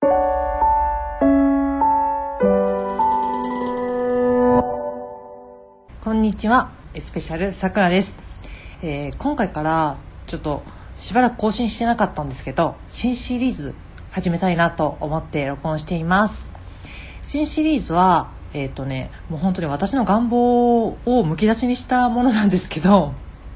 こんにちは、スペシャルさくらです。今回からちょっとしばらく更新してなかったんですけど、新シリーズ始めたいなと思って録音しています。新シリーズはもう本当に私の願望をむき出しにしたものなんですけど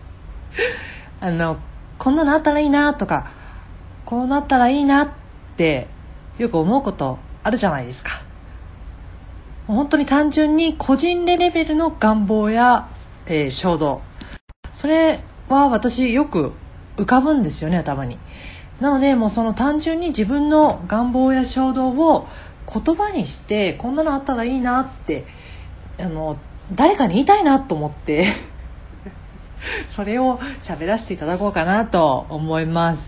こんなのあったらいいなとか、こうなったらいいなってよく思うことあるじゃないですか。本当に単純に個人レベルの願望や、衝動、それは私よく浮かぶんですよね、頭に。なのでもうその単純に自分の願望や衝動を言葉にして、こんなのあったらいいなって誰かに言いたいなと思ってそれを喋らせていただこうかなと思います。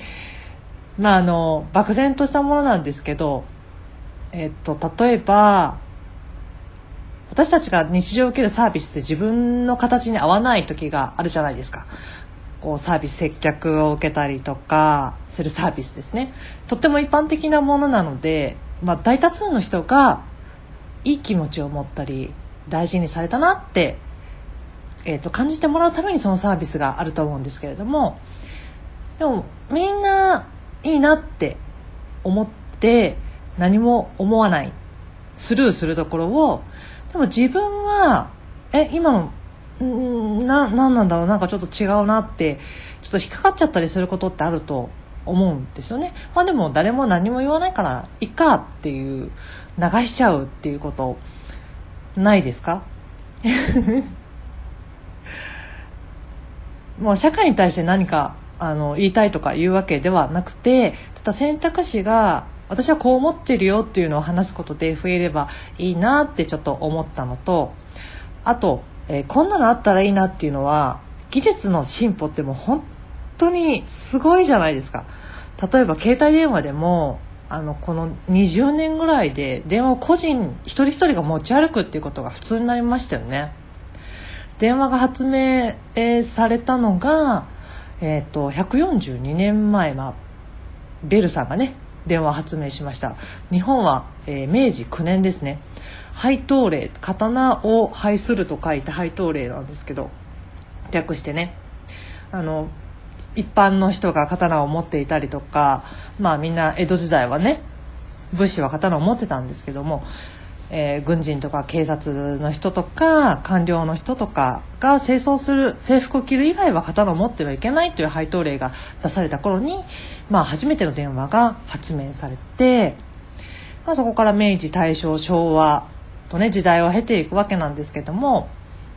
漠然としたものなんですけど、例えば私たちが日常を受けるサービスって自分の形に合わない時があるじゃないですか。こうサービス接客を受けたりとかするサービスですね。とっても一般的なものなので、大多数の人がいい気持ちを持ったり大事にされたなって、感じてもらうためにそのサービスがあると思うんですけれども、でもみんないいなって思って何も思わない、スルーするところを、でも自分は今の何なんだろう、なんかちょっと違うなってちょっと引っかかっちゃったりすることってあると思うんですよね。でも誰も何も言わないからいっかっていう流しちゃうっていうことないですか？もう社会に対して何か言いたいとか言うわけではなくて、ただ選択肢が私はこう思ってるよっていうのを話すことで増えればいいなってちょっと思ったのと、あと、こんなのあったらいいなっていうのは、技術の進歩ってもう本当にすごいじゃないですか。例えば携帯電話でもこの20年ぐらいで電話を個人一人一人が持ち歩くっていうことが普通になりましたよね。電話が発明、されたのが、142年前、ベルさんがね電話を発明しました。日本は、明治9年ですね。配当令、刀を拝すると書いて配当令なんですけど、略してね、一般の人が刀を持っていたりとか、みんな江戸時代はね武士は刀を持ってたんですけども、軍人とか警察の人とか官僚の人とかが清掃する制服を着る以外は刀を持ってはいけないという配当令が出された頃に、初めての電話が発明されて、そこから明治大正昭和とね時代を経ていくわけなんですけども、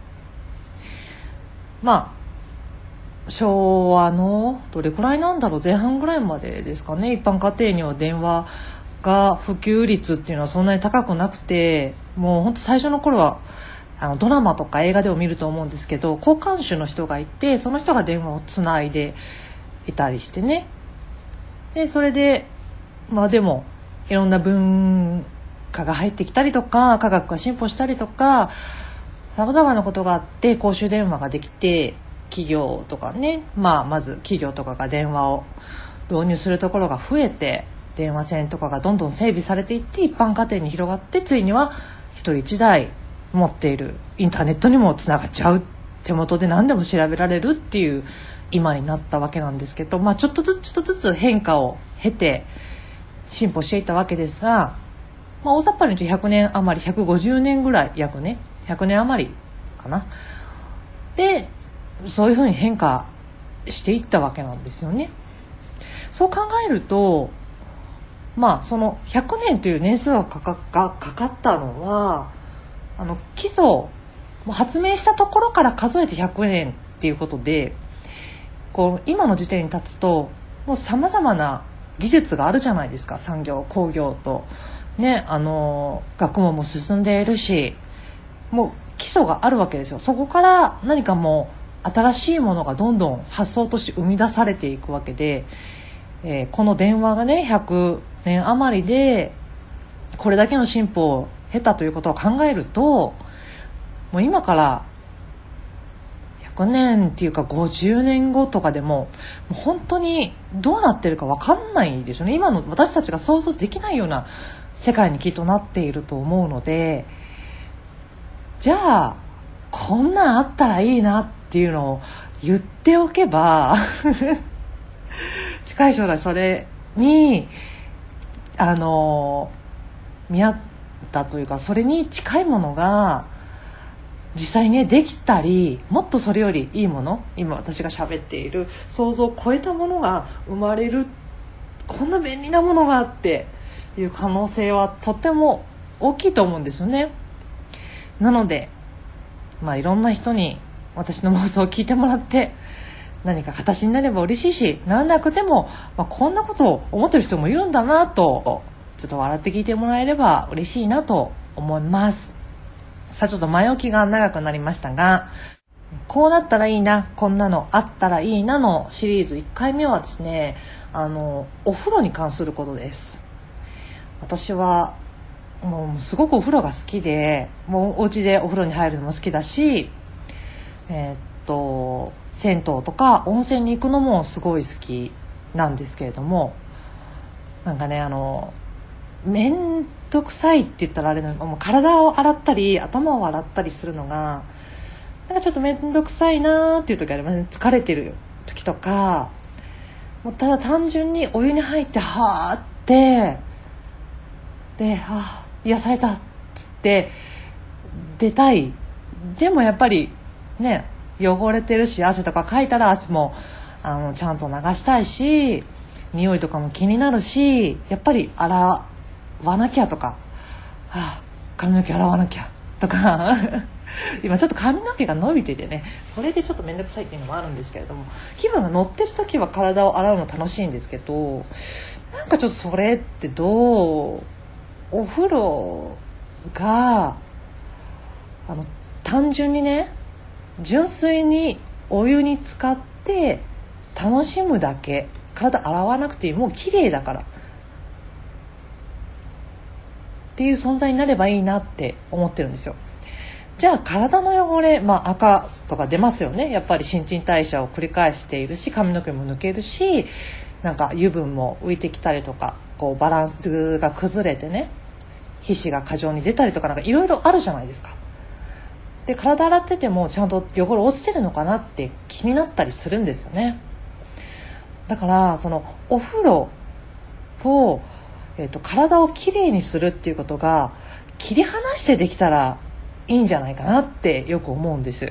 昭和のどれくらいなんだろう、前半ぐらいまでですかね、一般家庭には電話が普及率っていうのはそんなに高くなくて、もう本当最初の頃はドラマとか映画でも見ると思うんですけど、交換手の人がいて、その人が電話をつないでいたりしてね。でそれででもいろんな文化が入ってきたりとか、科学が進歩したりとか、さまざまなことがあって公衆電話ができて、企業とかね、まず企業とかが電話を導入するところが増えて、電話線とかがどんどん整備されていって、一般家庭に広がって、ついには一人一台持っている、インターネットにもつながっちゃう、手元で何でも調べられるっていう今になったわけなんですけど、ちょっとずつ変化を経て進歩していったわけですが、大雑把に言うと100年余り、150年ぐらい、約ね100年余りかなで、そういうふうに変化していったわけなんですよね。そう考えると、その100年という年数がかかったのは、基礎発明したところから数えて100年っていうことで、今の時点に立つともうさまざまな技術があるじゃないですか。産業工業とね、学問も進んでいるし、もう基礎があるわけですよ。そこから何かもう新しいものがどんどん発想として生み出されていくわけで、この電話がね100年余りでこれだけの進歩を経たということを考えると、もう今から 100年っていうか50年後とかでも本当にどうなってるか分かんないですよね。今の私たちが想像できないような世界にきっとなっていると思うので、じゃあこんなんあったらいいなっていうのを言っておけば近い将来それに見合ったというか、それに近いものが実際ねできたり、もっとそれよりいいもの、今私が喋っている想像を超えたものが生まれる、こんな便利なものがあっていう可能性はとっても大きいと思うんですよね。なのでいろんな人に私の妄想を聞いてもらって何か形になれば嬉しいし、ならなくても、こんなことを思ってる人もいるんだなとちょっと笑って聞いてもらえれば嬉しいなと思います。さあちょっと前置きが長くなりましたが、こうなったらいいな、こんなのあったらいいなのシリーズ1回目はですね、お風呂に関することです。私はもうすごくお風呂が好きで、もうお家でお風呂に入るのも好きだし、銭湯とか温泉に行くのもすごい好きなんですけれども、なんかねめんどくさいって言ったらあれなの、もう体を洗ったり頭を洗ったりするのがなんかちょっとめんどくさいなっていう時ありますね。疲れてる時とか、もうただ単純にお湯に入ってはーってで、癒されたっつって出たい。でもやっぱりね、汚れてるし、汗とかかいたら汗もちゃんと流したいし、匂いとかも気になるし、やっぱり洗わなきゃとか、髪の毛洗わなきゃとか今ちょっと髪の毛が伸びててね、それでちょっと面倒くさいっていうのもあるんですけれども、気分が乗ってる時は体を洗うの楽しいんですけど、なんかちょっとそれってどう、お風呂が単純にね、純粋にお湯に浸かって楽しむだけ、体洗わなくていい、もう綺麗だからっていう存在になればいいなって思ってるんですよ。じゃあ体の汚れ、赤とか出ますよね。やっぱり新陳代謝を繰り返しているし、髪の毛も抜けるし、なんか油分も浮いてきたりとか、こうバランスが崩れてね、皮脂が過剰に出たりとか、なんかいろいろあるじゃないですか。で、体洗っててもちゃんと汚れ落ちてるのかなって気になったりするんですよね。だからそのお風呂と、体をきれいにするっていうことが切り離してできたらいいんじゃないかなってよく思うんです。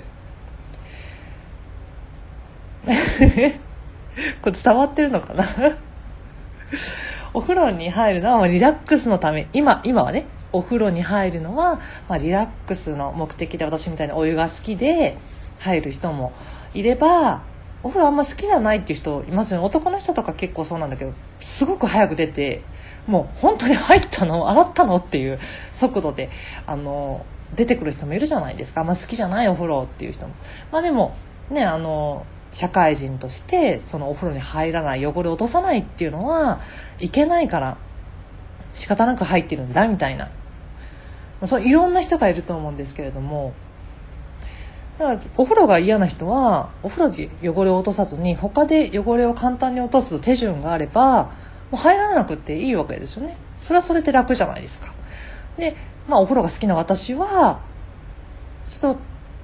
これ伝わってるのかなお風呂に入るのはリラックスのため、今はね、お風呂に入るのは、リラックスの目的で、私みたいにお湯が好きで入る人もいれば、お風呂あんま好きじゃないっていう人いますよね。男の人とか結構そうなんだけど、すごく早く出て、もう本当に入ったの洗ったのっていう速度で出てくる人もいるじゃないですか。好きじゃないお風呂っていう人も、でもね、社会人としてそのお風呂に入らない、汚れを落とさないっていうのはいけないから仕方なく入ってるんだみたいな、そういろんな人がいると思うんですけれども、だからお風呂が嫌な人はお風呂で汚れを落とさずに他で汚れを簡単に落とす手順があればもう入らなくていいわけですよね。それはそれで楽じゃないですか。で、お風呂が好きな私はちょっと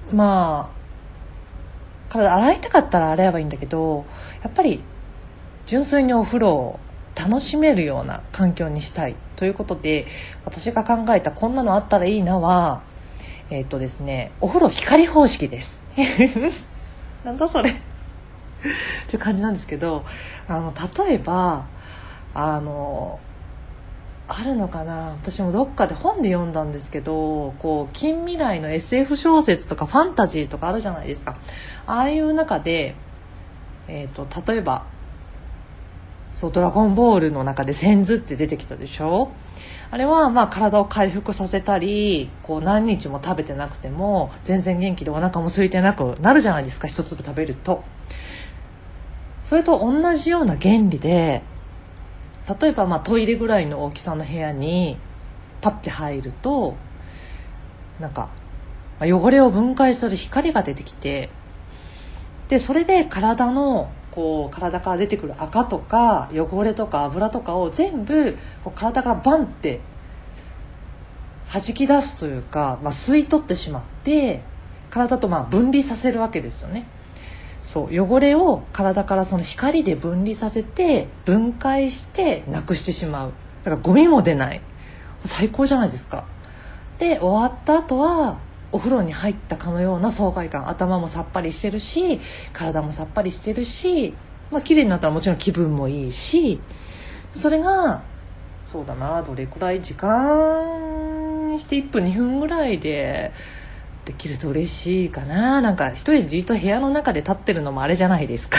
体洗いたかったら洗えばいいんだけど、やっぱり純粋にお風呂を楽しめるような環境にしたいということで、私が考えたこんなのあったらいいなはですね、お風呂光方式ですなんだそれっていう感じなんですけど、例えばあるのかな、私もどっかで本で読んだんですけど、こう近未来の SF 小説とかファンタジーとかあるじゃないですか。ああいう中で、例えばドラゴンボールの中でセンズって出てきたでしょ。あれは体を回復させたり、こう何日も食べてなくても全然元気でお腹も空いてなくなるじゃないですか、一粒食べると。それと同じような原理で、例えばトイレぐらいの大きさの部屋にパッて入ると、なんか汚れを分解する光が出てきて、 でそれで体から出てくる赤とか汚れとか油とかを全部体からバンって弾き出すというか、吸い取ってしまって体と分離させるわけですよね。そう汚れを体からその光で分離させて分解してなくしてしまう。だからゴミも出ない。最高じゃないですか。で終わった後はお風呂に入ったかのような爽快感、頭もさっぱりしてるし体もさっぱりしてるし、綺麗になったらもちろん気分もいいし、それがそうだな、どれくらい時間にして1分2分ぐらいでできると嬉しいかな。なんか一人でじっと部屋の中で立ってるのもあれじゃないですか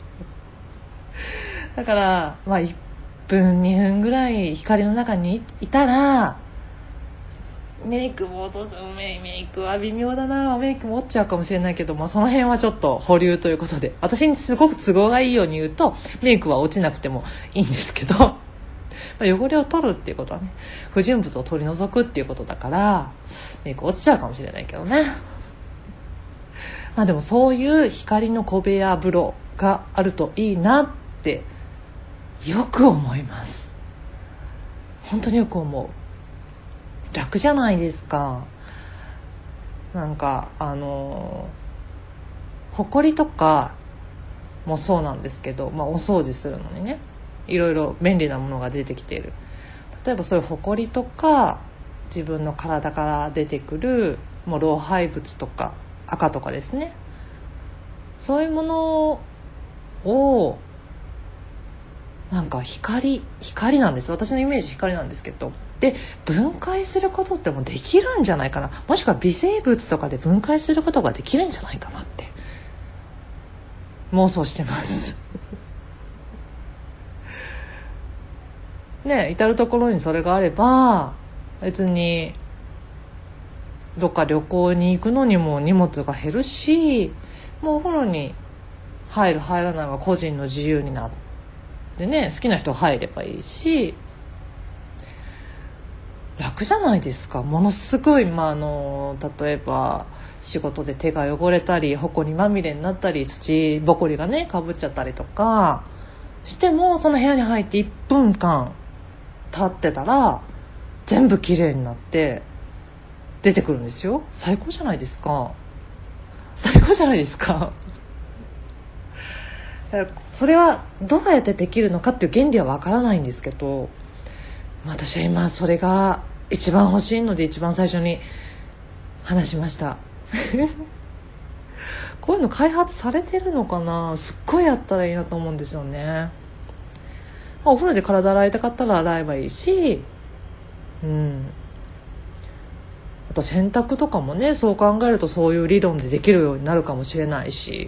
だから1分2分ぐらい光の中にいたらメイクも落とす。メイクは微妙だな。メイクも落ちちゃうかもしれないけど、その辺はちょっと保留ということで、私にすごく都合がいいように言うとメイクは落ちなくてもいいんですけど汚れを取るっていうことはね、不純物を取り除くっていうことだからメイク落ちちゃうかもしれないけどね。でもそういう光の小部屋風呂があるといいなってよく思います。本当によく思う。楽じゃないですか。なんか埃とかもそうなんですけど、お掃除するのにね、いろいろ便利なものが出てきている。例えばそういう埃とか自分の体から出てくる老廃物とか赤とかですね、そういうものをなんか光なんです。私のイメージ光なんですけど、で分解することってもできるんじゃないかな、もしくは微生物とかで分解することができるんじゃないかなって妄想してますね。至る所にそれがあれば別にどっか旅行に行くのにも荷物が減るし、もうお風呂に入る入らないは個人の自由になってね、好きな人入ればいいし、楽じゃないですか。ものすごい、例えば仕事で手が汚れたり埃まみれになったり土ぼこりがねかぶっちゃったりとかしても、その部屋に入って1分間経ってたら全部きれいになって出てくるんですよ。最高じゃないですか。最高じゃないですかそれはどうやってできるのかっていう原理はわからないんですけど、私は今それが一番欲しいので一番最初に話しましたこういうの開発されてるのかな。すっごいやったらいいなと思うんですよね。お風呂で体洗いたかったら洗えばいいし、あと洗濯とかもね、そう考えるとそういう理論でできるようになるかもしれないし、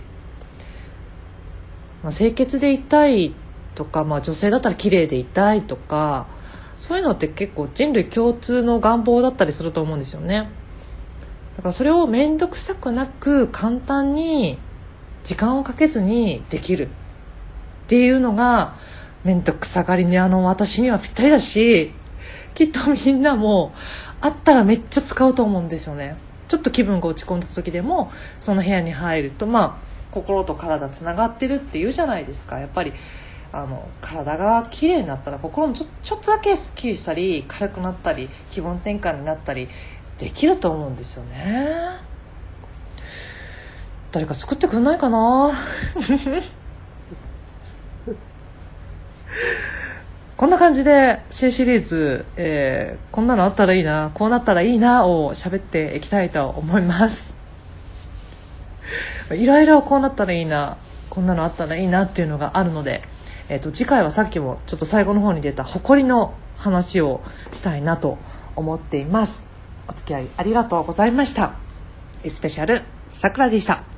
清潔でいたいとか、女性だったら綺麗でいたいとか、そういうのって結構人類共通の願望だったりすると思うんですよね。だからそれを面倒くさくなく簡単に時間をかけずにできるっていうのが面倒くさがりに私にはぴったりだし、きっとみんなもあったらめっちゃ使うと思うんですよね。ちょっと気分が落ち込んだ時でもその部屋に入ると、心と体つながってるっていうじゃないですか。やっぱり体がきれいになったら心もちょっとだけスッキリしたり軽くなったり気分転換になったりできると思うんですよね。誰か作ってくんないかなこんな感じで新シリーズ、こんなのあったらいいな、こうなったらいいなを喋っていきたいと思いますいろいろこうなったらいいな、こんなのあったらいいなっていうのがあるので、次回はさっきもちょっと最後の方に出た埃の話をしたいなと思っています。お付き合いありがとうございました。スペシャルさくらでした。